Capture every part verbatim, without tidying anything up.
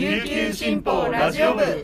琉球新報ラジオ部。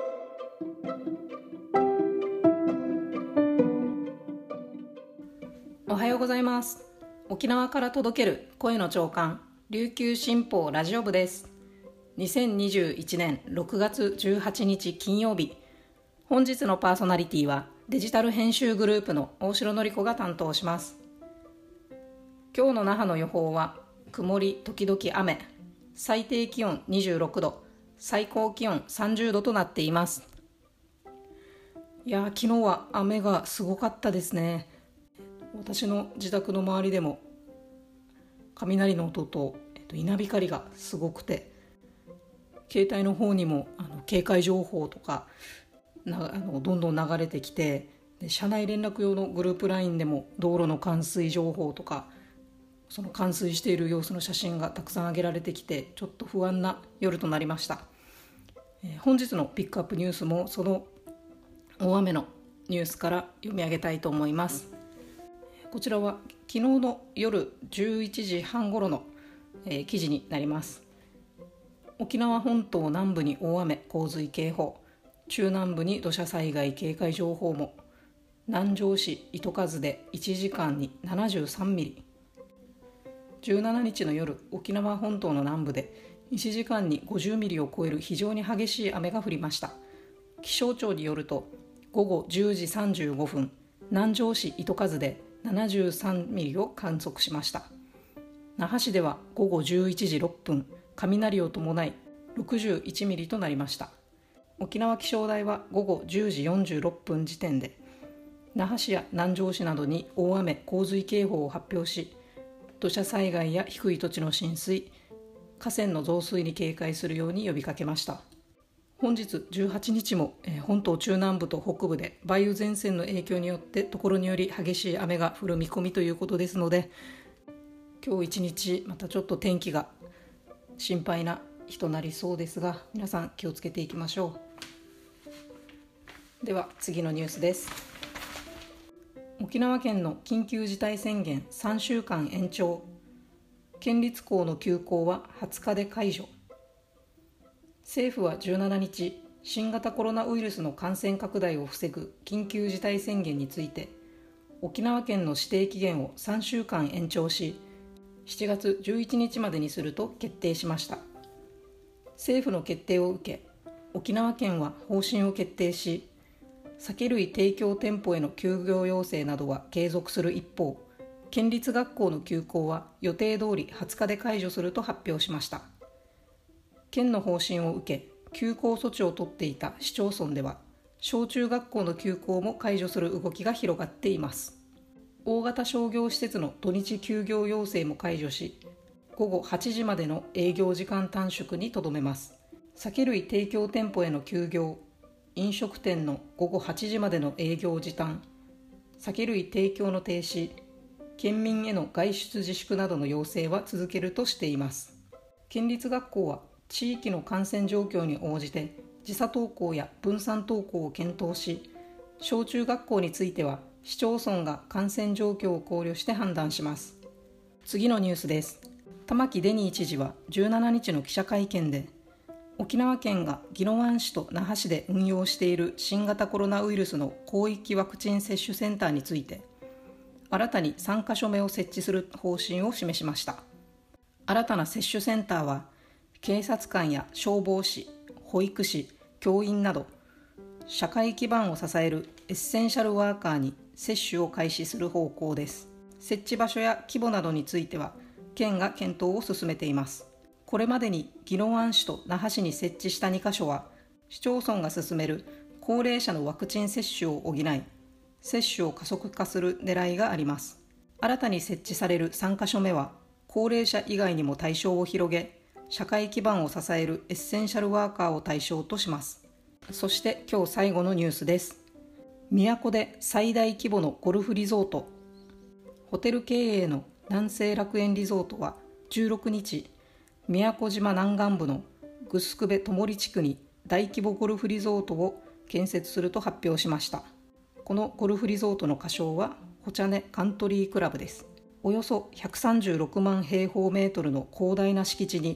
おはようございます。沖縄から届ける声の朝刊、琉球新報ラジオ部です。にせんにじゅういちねんろくがつじゅうはちにち金曜日、本日のパーソナリティはデジタル編集グループの大城典子が担当します。今日の那覇の予報は曇り時々雨、最低気温にじゅうろくど、最高気温さんじゅうどとなっています。いや昨日は雨がすごかったですね。私の自宅の周りでも雷の音と、えっと、稲光がすごくて、携帯の方にもあの警戒情報とかなあのどんどん流れてきて、で社内連絡用のグループ ライン でも道路の冠水情報とか、その冠水している様子の写真がたくさん上げられてきて、ちょっと不安な夜となりました。えー、本日のピックアップニュースもその大雨のニュースから読み上げたいと思います。こちらは昨日の夜じゅういちじはん頃の、えー、記事になります。沖縄本島南部に大雨洪水警報、中南部に土砂災害警戒情報も、南城市糸数でいちじかんにななじゅうさんミリ、じゅうしちにちの夜、沖縄本島の南部でいちじかんにごじゅうミリを超える非常に激しい雨が降りました。気象庁によるとごごじゅうじさんじゅうごふん、南城市糸数でななじゅうさんミリを観測しました。那覇市ではごごじゅういちじろっぷん、雷を伴いろくじゅういちミリとなりました。沖縄気象台はごごじゅうじよんじゅうろっぷん時点で那覇市や南城市などに大雨洪水警報を発表し、土砂災害や低い土地の浸水、河川の増水に警戒するように呼びかけました。本日じゅうはちにちも、えー、本島中南部と北部で梅雨前線の影響によってところにより激しい雨が降る見込みということですので、今日一日またちょっと天気が心配な日となりそうですが、皆さん気をつけていきましょう。では次のニュースです。沖縄県の緊急事態宣言さんしゅうかん延長、県立校の休校ははつかで解除。政府はじゅうしちにち、新型コロナウイルスの感染拡大を防ぐ緊急事態宣言について、沖縄県の指定期限をさんしゅうかん延長し、しちがつじゅういちにちまでにすると決定しました。政府の決定を受け、沖縄県は方針を決定し、酒類提供店舗への休業要請などは継続する一方、県立学校の休校は予定通りはつかで解除すると発表しました。県の方針を受け、休校措置を取っていた市町村では、小中学校の休校も解除する動きが広がっています。大型商業施設の土日休業要請も解除し、ごごはちじまでの営業時間短縮にとどめます。酒類提供店舗への休業、飲食店のごごはちじまでの営業時短、酒類提供の停止、県民への外出自粛などの要請は続けるとしています。県立学校は地域の感染状況に応じて時差登校や分散登校を検討し、小中学校については市町村が感染状況を考慮して判断します。次のニュースです。玉城デニー知事はじゅうしちにちの記者会見で、沖縄県が宜野湾市と那覇市で運用している新型コロナウイルスの広域ワクチン接種センターについて、新たにさんかしょめを設置する方針を示しました。新たな接種センターは、警察官や消防士、保育士、教員など社会基盤を支えるエッセンシャルワーカーに接種を開始する方向です。設置場所や規模などについては県が検討を進めています。これまでに宜野湾市と那覇市に設置したにかしょは、市町村が進める高齢者のワクチン接種を補い、接種を加速化する狙いがあります。新たに設置されるさんかしょめは、高齢者以外にも対象を広げ、社会基盤を支えるエッセンシャルワーカーを対象とします。そして今日最後のニュースです。宮古で最大規模のゴルフリゾート、ホテル経営の南西楽園リゾートはじゅうろくにち、宮古島南岸部のグスクベトモリ地区に大規模ゴルフリゾートを建設すると発表しました。このゴルフリゾートの仮称はホチャネカントリークラブです。およそひゃくさんじゅうろくまんへいほうメートルの広大な敷地に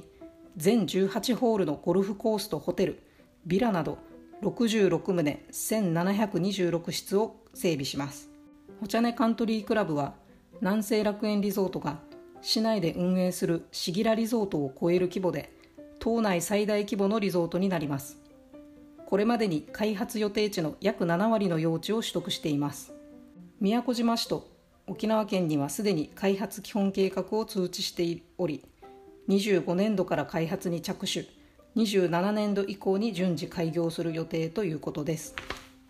全じゅうはちホールのゴルフコースとホテル、ビラなどろくじゅうろく棟せんななひゃくにじゅうろく室を整備します。お茶根カントリークラブは南西楽園リゾートが市内で運営するシギラリゾートを超える規模で、島内最大規模のリゾートになります。これまでに開発予定地の約なな割の用地を取得しています。宮古島市と沖縄県にはすでに開発基本計画を通知しており、にじゅうごねんどから開発に着手、にじゅうななねんど以降に順次開業する予定ということです。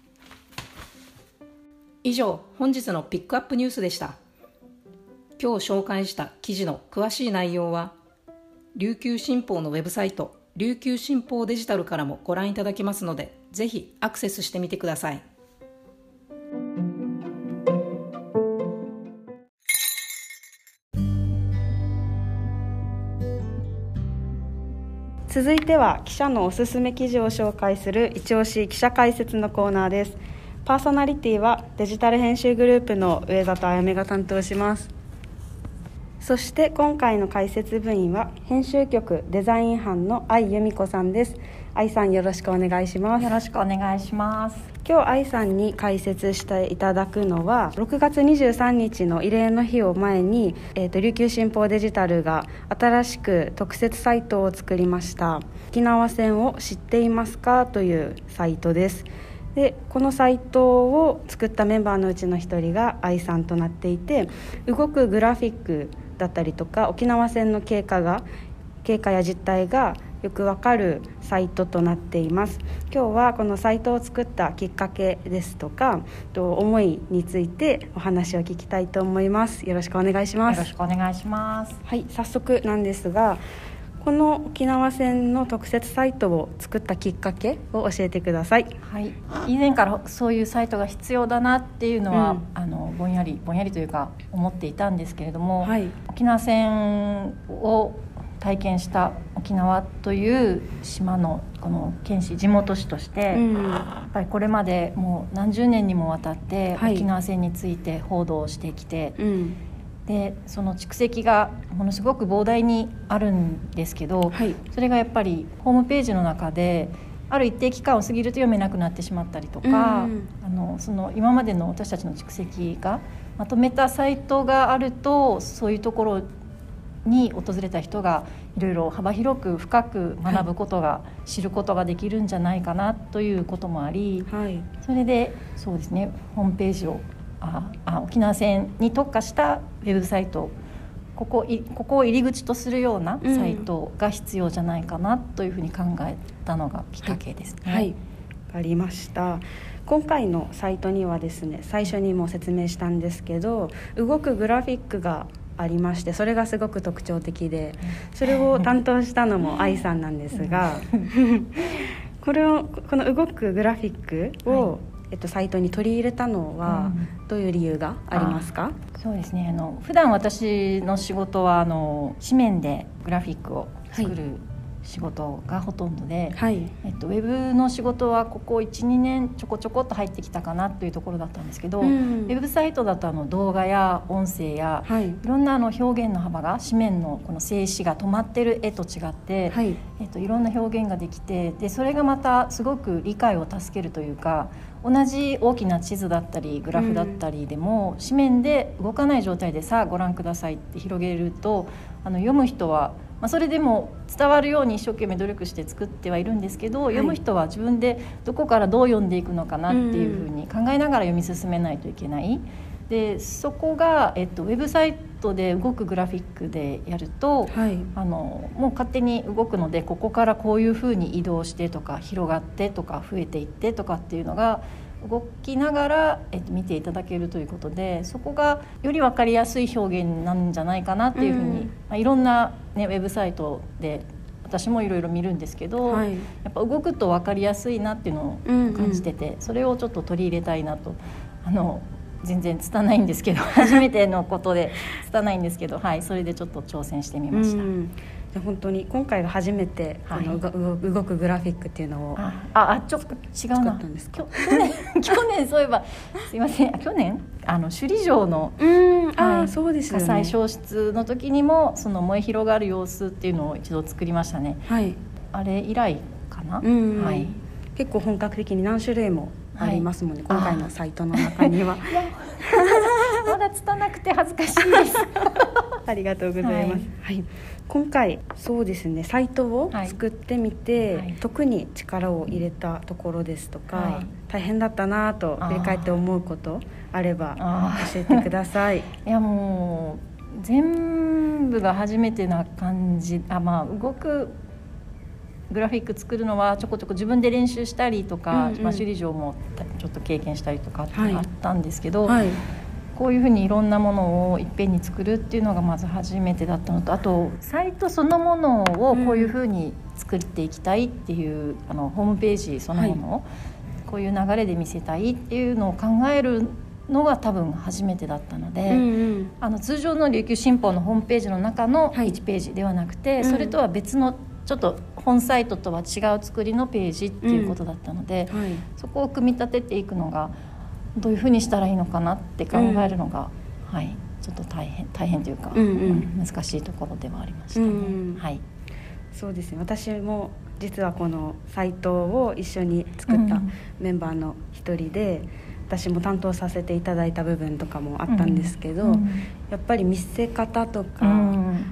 以上、本日のピックアップニュースでした。今日紹介した記事の詳しい内容は、琉球新報のウェブサイト、琉球新報デジタルからもご覧いただけますので、ぜひアクセスしてみてください。 続いては記者のおすすめ記事を紹介する一押し記者解説のコーナーです。パーソナリティはデジタル編集グループの上里あやめが担当します。そして今回の解説部員は編集局デザイン班の愛由美子さんです。愛さん、よろしくお願いします。 よろしくお願いします。 今日愛さんに解説していただくのは、ろくがつにじゅうさんにちの慰霊の日を前に、えーと、琉球新報デジタルが新しく特設サイトを作りました。沖縄戦を知っていますかというサイトです。でこのサイトを作ったメンバーのうちの一人が愛さんとなっていて、動くグラフィックだったりとか沖縄戦の経過が経過や実態がよくわかるサイトとなっています。今日はこのサイトを作ったきっかけですとかと思いについてお話を聞きたいと思います。よろしくお願いします。 よろしくお願いします。 はい、早速なんですが、この沖縄戦の特設サイトを作ったきっかけを教えてください。 はい、以前からそういうサイトが必要だなっていうのは、 うん、 あのぼんやりぼんやりというか思っていたんですけれども、 はい、 沖縄戦を体験した沖縄という島のこの県市地元紙として、うん、やっぱりこれまでもう何十年にもわたって沖縄戦について報道してきて、はい、うんでその蓄積がものすごく膨大にあるんですけど、はい、それがやっぱりホームページの中である一定期間を過ぎると読めなくなってしまったりとか、うん、あのその今までの私たちの蓄積がまとめたサイトがあると、そういうところに訪れた人がいろいろ幅広く深く学ぶことが、はい、知ることができるんじゃないかなということもあり、はい、それでそうですね、ホームページをああ沖縄戦に特化したウェブサイト、ここ、ここを入り口とするようなサイトが必要じゃないかなというふうに考えたのがきっかけですね。 はい、はい、分かりました。今回のサイトにはですね、最初にも説明したんですけど、動くグラフィックがありまして、それがすごく特徴的で、それを担当したのも愛さんなんですがこれをこの動くグラフィックを、はい、えっと、サイトに取り入れたのはどういう理由がありますか？ うん、そうですね、あの普段私の仕事はあの紙面でグラフィックを作る、はい、仕事がほとんどで、はい、えっと、ウェブの仕事はここ いちにねんちょこちょこっと入ってきたかなというところだったんですけど、うん、ウェブサイトだとあの動画や音声や、はい、いろんなあの表現の幅が紙面のこの静止が止まってる絵と違って、はい、えっと、いろんな表現ができて、でそれがまたすごく理解を助けるというか、同じ大きな地図だったりグラフだったりでも、うん、紙面で動かない状態でさあご覧くださいって広げると、あの読む人はまあ、それでも伝わるように一生懸命努力して作ってはいるんですけど、はい、読む人は自分でどこからどう読んでいくのかなっていうふうに考えながら読み進めないといけない。でそこが、えっと、ウェブサイトで動くグラフィックでやると、はい、あのもう勝手に動くので、ここからこういうふうに移動してとか広がってとか増えていってとかっていうのが動きながら、えっと、見ていただけるということで、そこがより分かりやすい表現なんじゃないかなっていうふうに、うんまあ、いろんな、ね、ウェブサイトで私もいろいろ見るんですけど、はい、やっぱ動くと分かりやすいなっていうのを感じてて、うんうん、それをちょっと取り入れたいなと。あの全然拙いんですけど初めてのことで拙いんですけど、はい、それでちょっと挑戦してみました。 うんで本当に今回が初めて、はい、この動くグラフィックっていうのをああちょっと違うな作ったんですか。 去年去年そういえばすいません去年あの首里城のうん、はい、あそうですよね、 火災消失の時にもその燃え広がる様子っていうのを一度作りましたね、 はい、 あれ以来かな、 うんはい、 結構本格的に何種類もありますもんね、はい、今回のサイトの中にはまだつたなくて恥ずかしいですありがとうございます、はいはい、今回そうですねサイトを作ってみて、はい、特に力を入れたところですとか、はい、大変だったなと振り返って思うことあれば教えてください。 いやもう全部が初めてな感じあ、まあ、動くグラフィック作るのはちょこちょこ自分で練習したりとか、うんうん、まあ、首里城もちょっと経験したりとかってあったんですけど、はいはい、こういうふうにいろんなものをいっぺんに作るっていうのがまず初めてだったのと、あとサイトそのものをこういうふうに作っていきたいっていう、うん、あのホームページそのものを、はい、こういう流れで見せたいっていうのを考えるのが多分初めてだったので、うんうん、あの通常の琉球新報のホームページの中のいちページではなくて、はい、それとは別のちょっと本サイトとは違う作りのページっていうことだったので、うんはい、そこを組み立てていくのがどういうふうにしたらいいのかなって考えるのが、うん、はい、ちょっと大変大変というか、うんうん、難しいところではありましたね、うんうん、はい、 そうですね、私も実はこのサイトを一緒に作ったメンバーの一人で、うん、私も担当させていただいた部分とかもあったんですけど、うんうん、やっぱり見せ方とか、うん、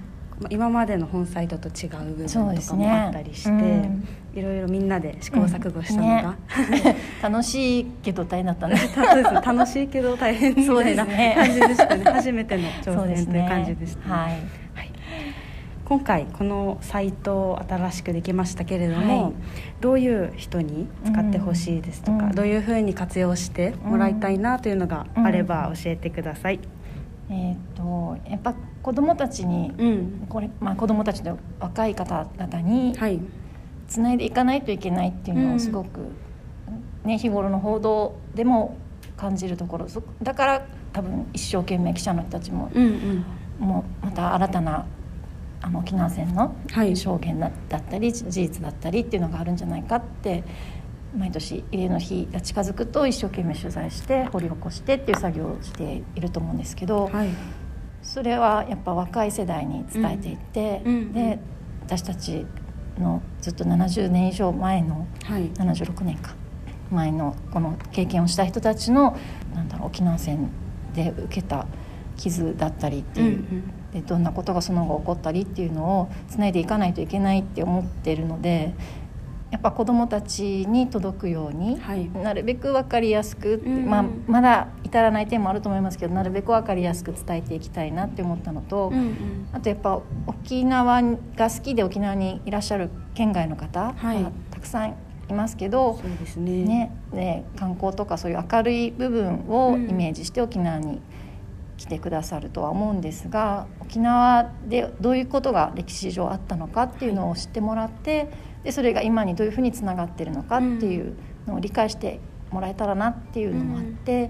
今までの本サイトと違う部分とかもあったりして、ね、うん、いろいろみんなで試行錯誤したのが、 うんね、楽しいけど大変だったね楽しいけど大変みたいな感じでしたね初めての挑戦という感じでした、ね、はいはい、今回このサイト新しくできましたけれども、はい、どういう人に使ってほしいですとか、うん、どういうふうに活用してもらいたいなというのがあれば教えてください。 えー、とやっぱ子どもたちに、うん、これ、まあ、子どもたちの若い方々につないでいかないといけないっていうのをすごく、ね、日頃の報道でも感じるところだから、多分一生懸命記者の人たちも、うんうん、もうまた新たなあの沖縄戦の証言だったり、はい、事実だったりっていうのがあるんじゃないかって、毎年慰霊の日が近づくと一生懸命取材して掘り起こしてっていう作業をしていると思うんですけど、はい、それはやっぱ若い世代に伝えていって、うん、で私たちのずっとななじゅうねん以上前の、はい、ななじゅうろくねんか前のこの経験をした人たちのなんだろう沖縄戦で受けた傷だったりっていう、うんうん、でどんなことがその後起こったりっていうのをつないでいかないといけないって思っているので、やっぱ子どもたちに届くように、はい、なるべく分かりやすく、うん、まあ、まだ至らない点もあると思いますけど、なるべく分かりやすく伝えていきたいなって思ったのと、うんうん、あとやっぱ沖縄が好きで沖縄にいらっしゃる県外の方がたくさんいますけど、 そうですね、ね、 で観光とかそういう明るい部分をイメージして沖縄に来てくださるとは思うんですが、沖縄でどういうことが歴史上あったのかっていうのを知ってもらって、はい、でそれが今にどういうふうにつながっているのかっていうのを理解してもらえたらなっていうのもあって、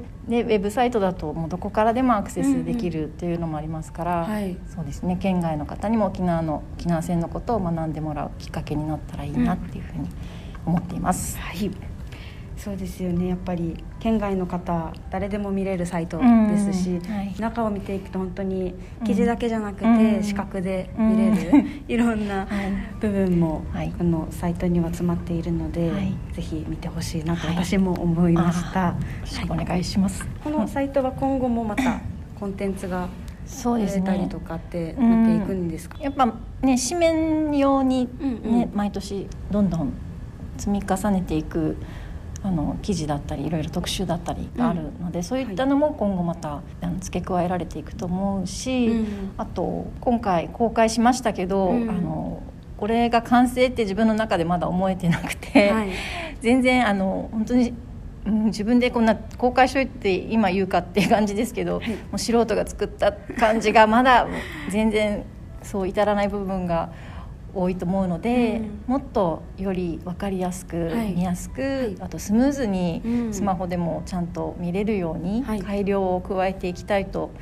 うん、でウェブサイトだともうどこからでもアクセスできるっていうのもありますから、うんうん、はい、そうですね、県外の方にも沖縄の沖縄戦のことを学んでもらうきっかけになったらいいなっていうふうに思っています、 うん、はい、そうですよね、やっぱり県外の方誰でも見れるサイトですし、うん、はい、中を見ていくと本当に記事だけじゃなくて、うん、視覚で見れる、うん、いろんな部分もこのサイトには詰まっているので、はい、ぜひ見てほしいなと私も思いました、はい、 お願いします。 このサイトは今後もまたコンテンツが出たりとかってなっていくんですか？ うん、やっぱね、紙面用に、ね、うんうん、毎年どんどん積み重ねていくあの記事だったりいろいろ特集だったりがあるので、うん、そういったのも今後また、はい、あの付け加えられていくと思うし、うん、あと今回公開しましたけど、うん、あのこれが完成って自分の中でまだ思えてなくて、はい、全然あの本当に、うん、自分でこんな公開しといて今言うかっていう感じですけど、はい、もう素人が作った感じがまだ全然そう至らない部分が多いと思うので、うん、もっとより分かりやすく、はい、見やすく、はい、あとスムーズにスマホでもちゃんと見れるように改良を加えていきたいと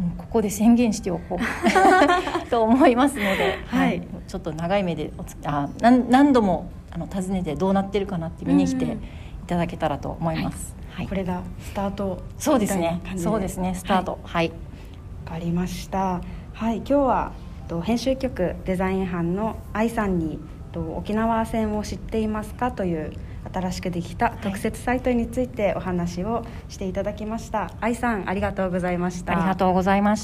もうここで宣言しておこうと思いますので、はい、ちょっと長い目でおつあ何何度もあの訪ねてどうなってるかなって見に来ていただけたらと思います、 はいはい、これがスタートそうですねそうですねスタートはい、 わ、はい、かりました。はい、今日は編集局デザイン班の愛さんに沖縄戦を知っていますかという新しくできた特設サイトについてお話をしていただきました、はい、愛さんありがとうございました。 ありがとうございました。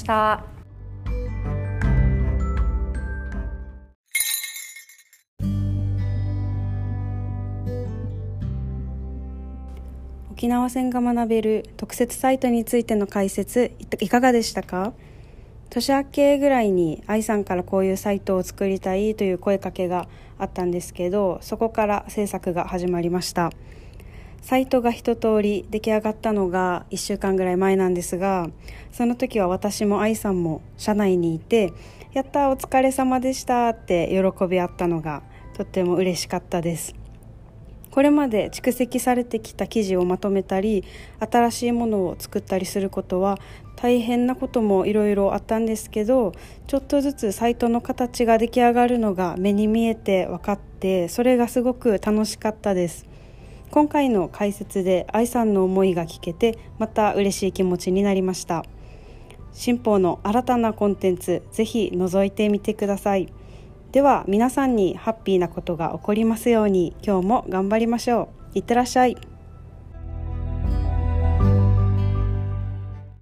沖縄戦が学べる特設サイトについての解説いかがでしたか？年明けぐらいに愛さんからこういうサイトを作りたいという声かけがあったんですけど、そこから制作が始まりました。サイトが一通り出来上がったのがいっしゅうかんぐらい前なんですが、その時は私も愛さんも社内にいて、やったお疲れ様でしたって喜び合ったのがとっても嬉しかったです。これまで蓄積されてきた記事をまとめたり、新しいものを作ったりすることは大変なこともいろいろあったんですけど、ちょっとずつサイトの形が出来上がるのが目に見えて分かって、それがすごく楽しかったです。今回の解説で愛さんの思いが聞けて、また嬉しい気持ちになりました。新報の新たなコンテンツ、ぜひ覗いてみてください。では皆さんにハッピーなことが起こりますように、今日も頑張りましょう。いってらっしゃい。